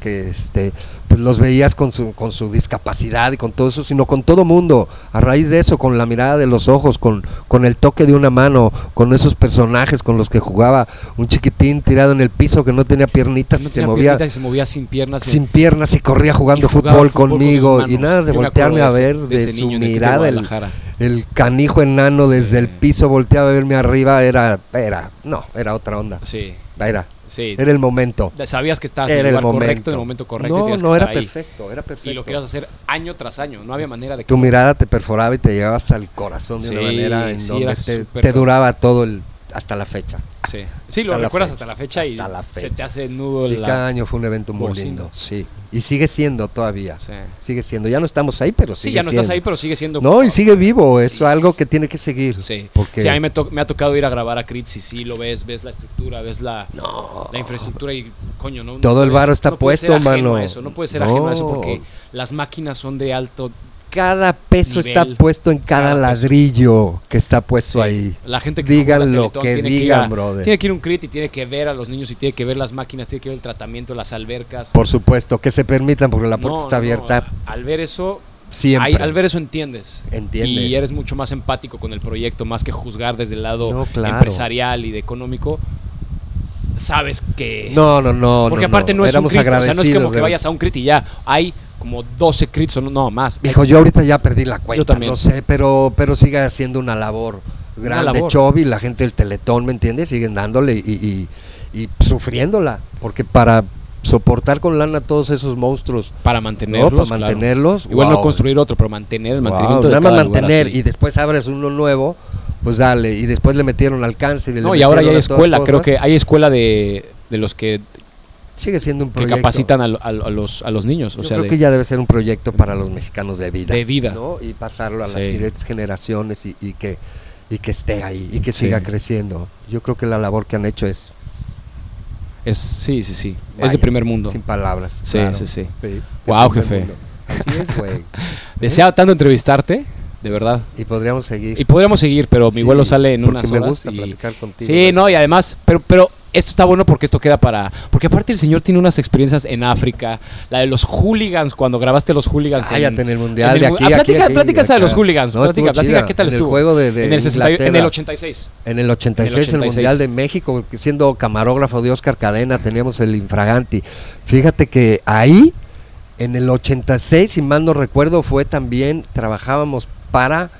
pues los veías con su discapacidad y con todo eso, sino con todo mundo. A raíz de eso, con la mirada de los ojos, con el toque de una mano, con esos personajes con los que jugaba, un chiquitín tirado en el piso que no tenía piernitas, No y tenía piernitas y se movía sin piernas. sin piernas, y corría jugando jugaba fútbol fútbol con conmigo, sus y manos. nada de Yo me voltearme a acuerdo ver de de ese su niño en el mirada, Guadalajara. el canijo enano Sí. desde el piso volteaba a verme arriba, era otra onda. Sí, Era sí. el momento. Sabías que estabas en Era el el lugar momento. correcto, en el momento correcto. y No, tenías no, que era estar ahí. perfecto, era perfecto. Y lo querías hacer año tras año. No había manera de que... Tu mirada te perforaba y te llegaba hasta el corazón de Sí, una manera en sí, donde era te súper duraba todo hasta la fecha. Sí, sí, lo Hasta la recuerdas fecha, hasta la fecha y hasta la se fecha. te hace nudo Y cada año fue un evento muy bocina. lindo, sí. Y sigue siendo todavía. Sí. Sigue siendo. Ya no estamos ahí, pero Sí, sigue ya no siendo. estás ahí, pero sigue siendo... No, y sigue vivo. Eso es algo que tiene que seguir. Sí, Porque sí, a mí me ha tocado ir a grabar a Crits y sí lo ves la estructura, ves la infraestructura y coño, no. Todo el varo está no puedes puesto, ser ajeno mano. a eso, no puedes ser No. ajeno a eso porque las máquinas son de alto. cada peso nivel, está puesto en cada cada peso. ladrillo que está puesto Sí, ahí. la gente que Digan juega lo Teletón que tiene digan, ir brother. Tiene que ir a un crit y tiene que ver a los niños y tiene que ver las máquinas, tiene que ver el tratamiento, las albercas. Por supuesto, que se permitan porque la puerta No, está no, abierta al ver eso, siempre. al ver eso entiendes. Entiendes. Y eres mucho más empático con el proyecto, más que juzgar desde el lado No, claro. empresarial y de económico. Sabes que... No. Porque aparte no es un Éramos crit, o sea, no es como agradecidos que de- vayas a un crit y ya hay como 12 crits o no más. Hijo, yo ahorita ya perdí la cuenta, también. no sé, pero sigue haciendo una labor grande. labor. Chovy, la gente del Teletón, ¿me entiendes? Siguen dándole y sufriéndola, porque para soportar con lana todos esos monstruos, Para mantenerlos, ¿no? Para claro. mantenerlos. Igual no wow. construir otro, pero mantener el Wow, mantenimiento de nada más cada lugar mantener así. y después abres uno nuevo, pues dale, y después le metieron al cáncer. No, y ahora ya hay escuela, creo que hay escuela de los que sigue siendo un que proyecto. capacitan a los niños. O Yo sea, creo que ya debe ser un proyecto para los mexicanos de vida. De vida. ¿no? Y pasarlo a las Sí. siguientes generaciones y que esté ahí y que Sí. siga creciendo. Yo creo que la labor que han hecho es... sí. Es de vaya, primer mundo. Sin palabras. Sí, claro. sí. De Guau, primer jefe. mundo. Así es, güey. Deseaba tanto entrevistarte, de verdad. Y podríamos seguir. Y podríamos seguir, pero mi Sí, vuelo sale en porque unas me horas. gusta y- platicar contigo. Sí, de no, eso. y además, pero esto está bueno porque esto queda para... Porque aparte el señor tiene unas experiencias en África, la de los hooligans, cuando grabaste los hooligans. Cállate, en el mundial de mu- aquí, platica aquí, esa de acá. los hooligans, No, estuvo platica chida. qué tal En el estuvo. juego de en el 60 en Inglaterra. el 86. En el 86, en el 86. Mundial de México, siendo camarógrafo de Oscar Cadena, teníamos el Infraganti. Fíjate que ahí, en el 86, si mal no recuerdo, fue también, trabajábamos para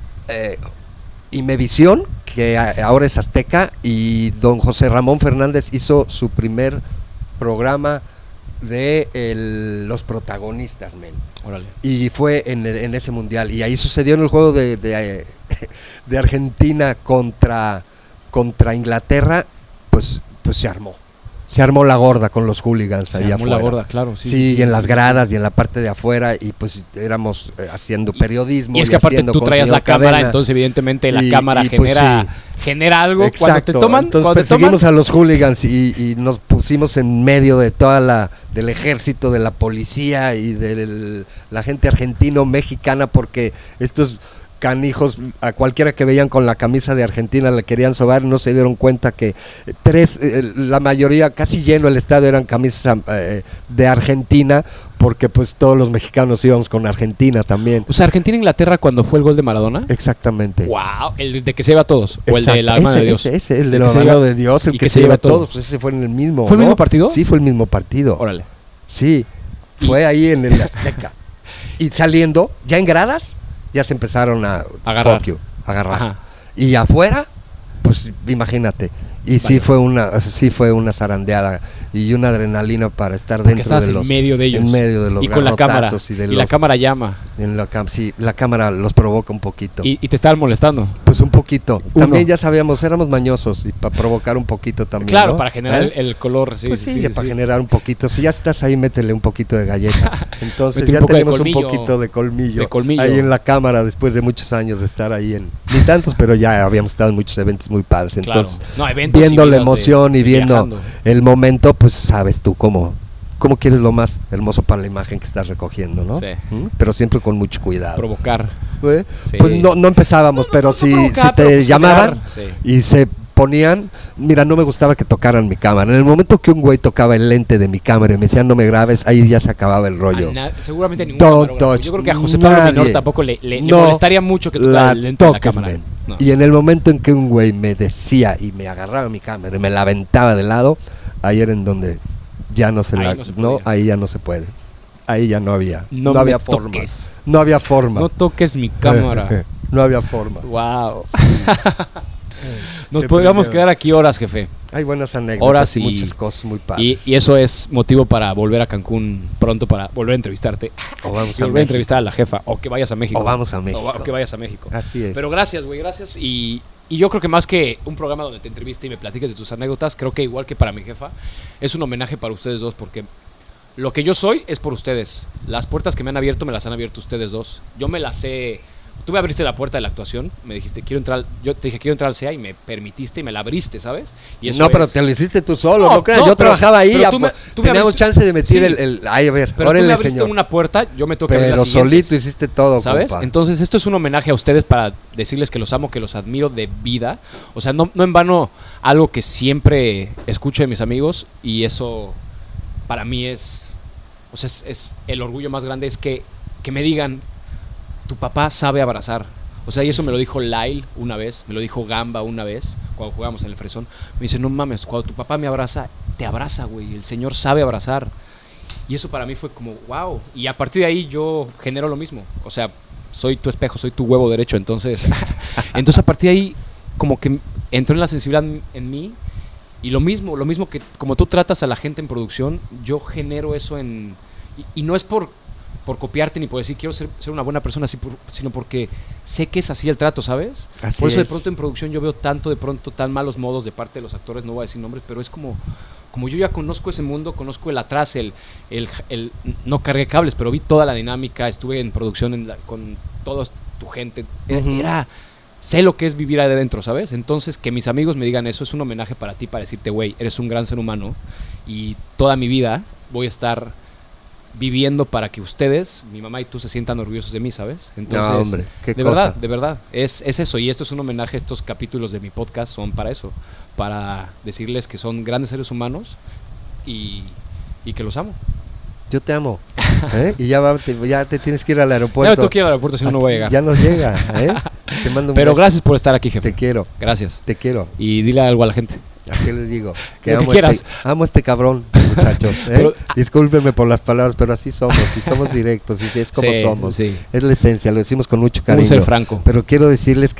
Imevisión, que ahora es Azteca, y don José Ramón Fernández hizo su primer programa de los protagonistas, men. Órale. Y fue en ese mundial. Y ahí sucedió en el juego de Argentina contra Inglaterra, pues se armó. Se armó la gorda con los hooligans Se allá armó afuera. la gorda, claro. Sí, y en las gradas y en la parte de afuera, y pues éramos haciendo periodismo. Y es que aparte haciendo tú con traías señor la cámara, Cadena. entonces evidentemente la Y- cámara y, pues, genera algo. Exacto. Cuando te toman, Entonces cuando te perseguimos toman, a los hooligans y nos pusimos en medio de del ejército, de la policía y de la gente argentino-mexicana, porque estos canijos, a cualquiera que veían con la camisa de Argentina le querían sobar, no se dieron cuenta que la mayoría, casi lleno el estadio, eran camisas de Argentina, porque pues todos los mexicanos íbamos con Argentina también. o sea, Argentina-Inglaterra cuando fue el gol de Maradona. Exactamente. Wow, el de que se lleva a todos. O el de la Exacto, mano de Dios. Ese, el de El la que se mano lleva- de Dios, el y que se lleva a todos. Pues ese fue en el mismo. ¿Fue el ¿no? mismo partido? Sí, fue el mismo partido. Órale. Sí, fue ahí en el Azteca. Y saliendo, ya en gradas, ya se empezaron a Agarrar. fuck you, agarrar. Ajá. Y afuera, pues imagínate. Y sí fue una zarandeada y una adrenalina para estar Porque dentro estabas de los en medio de ellos. en medio de los y con la cámara. garrotazos y de Y la los- cámara llama. sí, la cámara los provoca un poquito. Y te estaban molestando. Pues un poquito. Uno. También ya sabíamos, éramos mañosos y para provocar un poquito también. Claro, ¿no? para generar ¿Eh? el color. Sí, Pues sí, sí, sí, para sí. generar un poquito. Si ya estás ahí, métele un poquito de galleta. Entonces Métele ya un poco de tenemos un colmillo. poquito de colmillo. De colmillo. Ahí en la cámara, después de muchos años de estar ahí ni tantos, pero ya habíamos estado en muchos eventos muy padres. Claro. Entonces, No, eventos viendo y la vidas emoción y viendo viajando. el momento, pues sabes tú cómo cómo quieres lo más hermoso para la imagen que estás recogiendo, ¿no? Sí. Pero siempre con mucho cuidado. Provocar. Sí. Pues no empezábamos, pero si provocar, te pero pues llamaban generar, y se ponían, mira, no me gustaba que tocaran mi cámara. En el momento que un güey tocaba el lente de mi cámara y me decían no me grabes, ahí ya se acababa el rollo. Seguramente ningún Don't camarógrafo. touch, Yo creo que a José Pablo nadie. Minor tampoco le No molestaría mucho que tocara el lente de la toques, cámara. men. No. Y en el momento en que un güey me decía y me agarraba mi cámara y me la aventaba de lado, ahí era en donde ya no se Ahí la... no se No, podía. ahí ya no se puede. Ahí ya no había. No había me forma. toques. No había forma. No toques mi cámara. No había forma. Wow. Nos Se podríamos prendieron. quedar aquí horas, jefe. Hay buenas anécdotas, Horas y muchas cosas muy padres. Y eso es motivo para volver a Cancún pronto, para volver a entrevistarte. O vamos Y a volver a México. entrevistar a la jefa. O que vayas a México. O vamos a México. O que vayas a México. Así es. Pero gracias, güey, gracias. Y yo creo que más que un programa donde te entreviste y me platiques de tus anécdotas, creo que igual que para mi jefa, es un homenaje para ustedes dos, porque lo que yo soy es por ustedes. Las puertas que me han abierto me las han abierto ustedes dos. Yo me las he... Tú me abriste la puerta de la actuación, me dijiste, quiero entrar, yo te dije, quiero entrar al CEA y me permitiste y me la abriste, ¿sabes? Y eso No, pero es- te lo hiciste tú solo, No, no creas. no, Yo pero- trabajaba ahí, pero tú me teníamos abriste- chance de meter Sí. el... Ay, a ver, Pero tú me órale, abriste señor. una puerta, yo me tengo que abrir Pero las siguientes, solito hiciste todo, ¿sabes? compa. Entonces esto es un homenaje a ustedes para decirles que los amo, que los admiro de vida. O sea, no en vano algo que siempre escucho de mis amigos y eso para mí es... O sea, es el orgullo más grande es que me digan, tu papá sabe abrazar. O sea, y eso me lo dijo Lyle una vez, me lo dijo Gamba una vez, cuando jugábamos en el Fresón. Me dice, no mames, cuando tu papá me abraza, te abraza, güey. El Señor sabe abrazar. Y eso para mí fue como, wow. Y a partir de ahí yo genero lo mismo. O sea, soy tu espejo, soy tu huevo derecho. Entonces a partir de ahí como que entró en la sensibilidad en mí. Y lo mismo que como tú tratas a la gente en producción, yo genero eso en... Y no es por copiarte ni por decir quiero ser una buena persona, sino porque sé que es así el trato, ¿sabes? Así por eso de es. pronto en producción yo veo de pronto tan malos modos de parte de los actores, no voy a decir nombres, pero es como yo ya conozco ese mundo, conozco el atrás, el no cargué cables, pero vi toda la dinámica, estuve en producción con toda tu gente, sé lo que es vivir ahí adentro, ¿sabes? Entonces que mis amigos me digan eso es un homenaje para ti, para decirte, güey, eres un gran ser humano y toda mi vida voy a estar viviendo para que ustedes, mi mamá y tú, se sientan orgullosos de mí, ¿sabes? Entonces, No, hombre, qué de cosa. verdad, es eso. Y esto es un homenaje, estos capítulos de mi podcast son para eso, para decirles que son grandes seres humanos y que los amo. Yo te amo. ¿Eh? Y ya te tienes que ir al Ya aeropuerto. me tengo que ir al aeropuerto, si no, no voy a llegar. Ya no llega, ¿eh? Te mando un Pero beso. gracias por estar aquí, jefe. Te quiero, Gracias. te quiero. Y dile algo a la gente. ¿A qué les digo? Lo que amo quieras. amo a este cabrón, muchachos. ¿eh? Pero- Discúlpenme por las palabras, pero así somos, y somos directos, y es como Sí, somos. sí. Es la esencia, lo decimos con mucho Un cariño. ser franco. Pero quiero decirles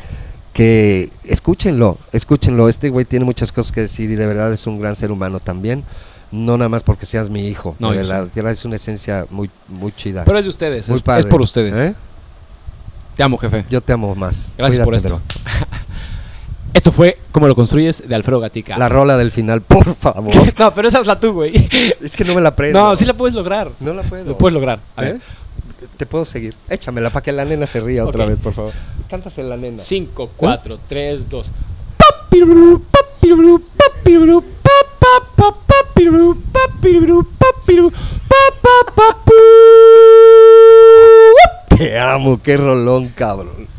que escúchenlo. Este güey tiene muchas cosas que decir y de verdad es un gran ser humano también. No nada más porque seas mi hijo, No, de yo verdad. De verdad es una esencia muy, muy chida. Pero es de ustedes, Muy es padre, por ustedes. ¿eh? Te amo, jefe. Yo te amo más. Gracias por Cuídatelo. esto. Esto fue Cómo lo construyes de Alfredo Gatica. La rola del final, por favor. No, pero esa es la tú, güey. Es que no me la prendo. No, sí la puedes lograr. No la puedo. Lo puedes lograr. A ¿Eh? ver. Te puedo seguir. Échamela para que la nena se ría otra Ok. vez, por favor. Cántasela, nena. 5, 4, 3, 2. Papiruru, papiruru, papiruru, pa, papiruru, papiruru, papiruru, pa, pa, pu. Te amo, qué rolón, cabrón.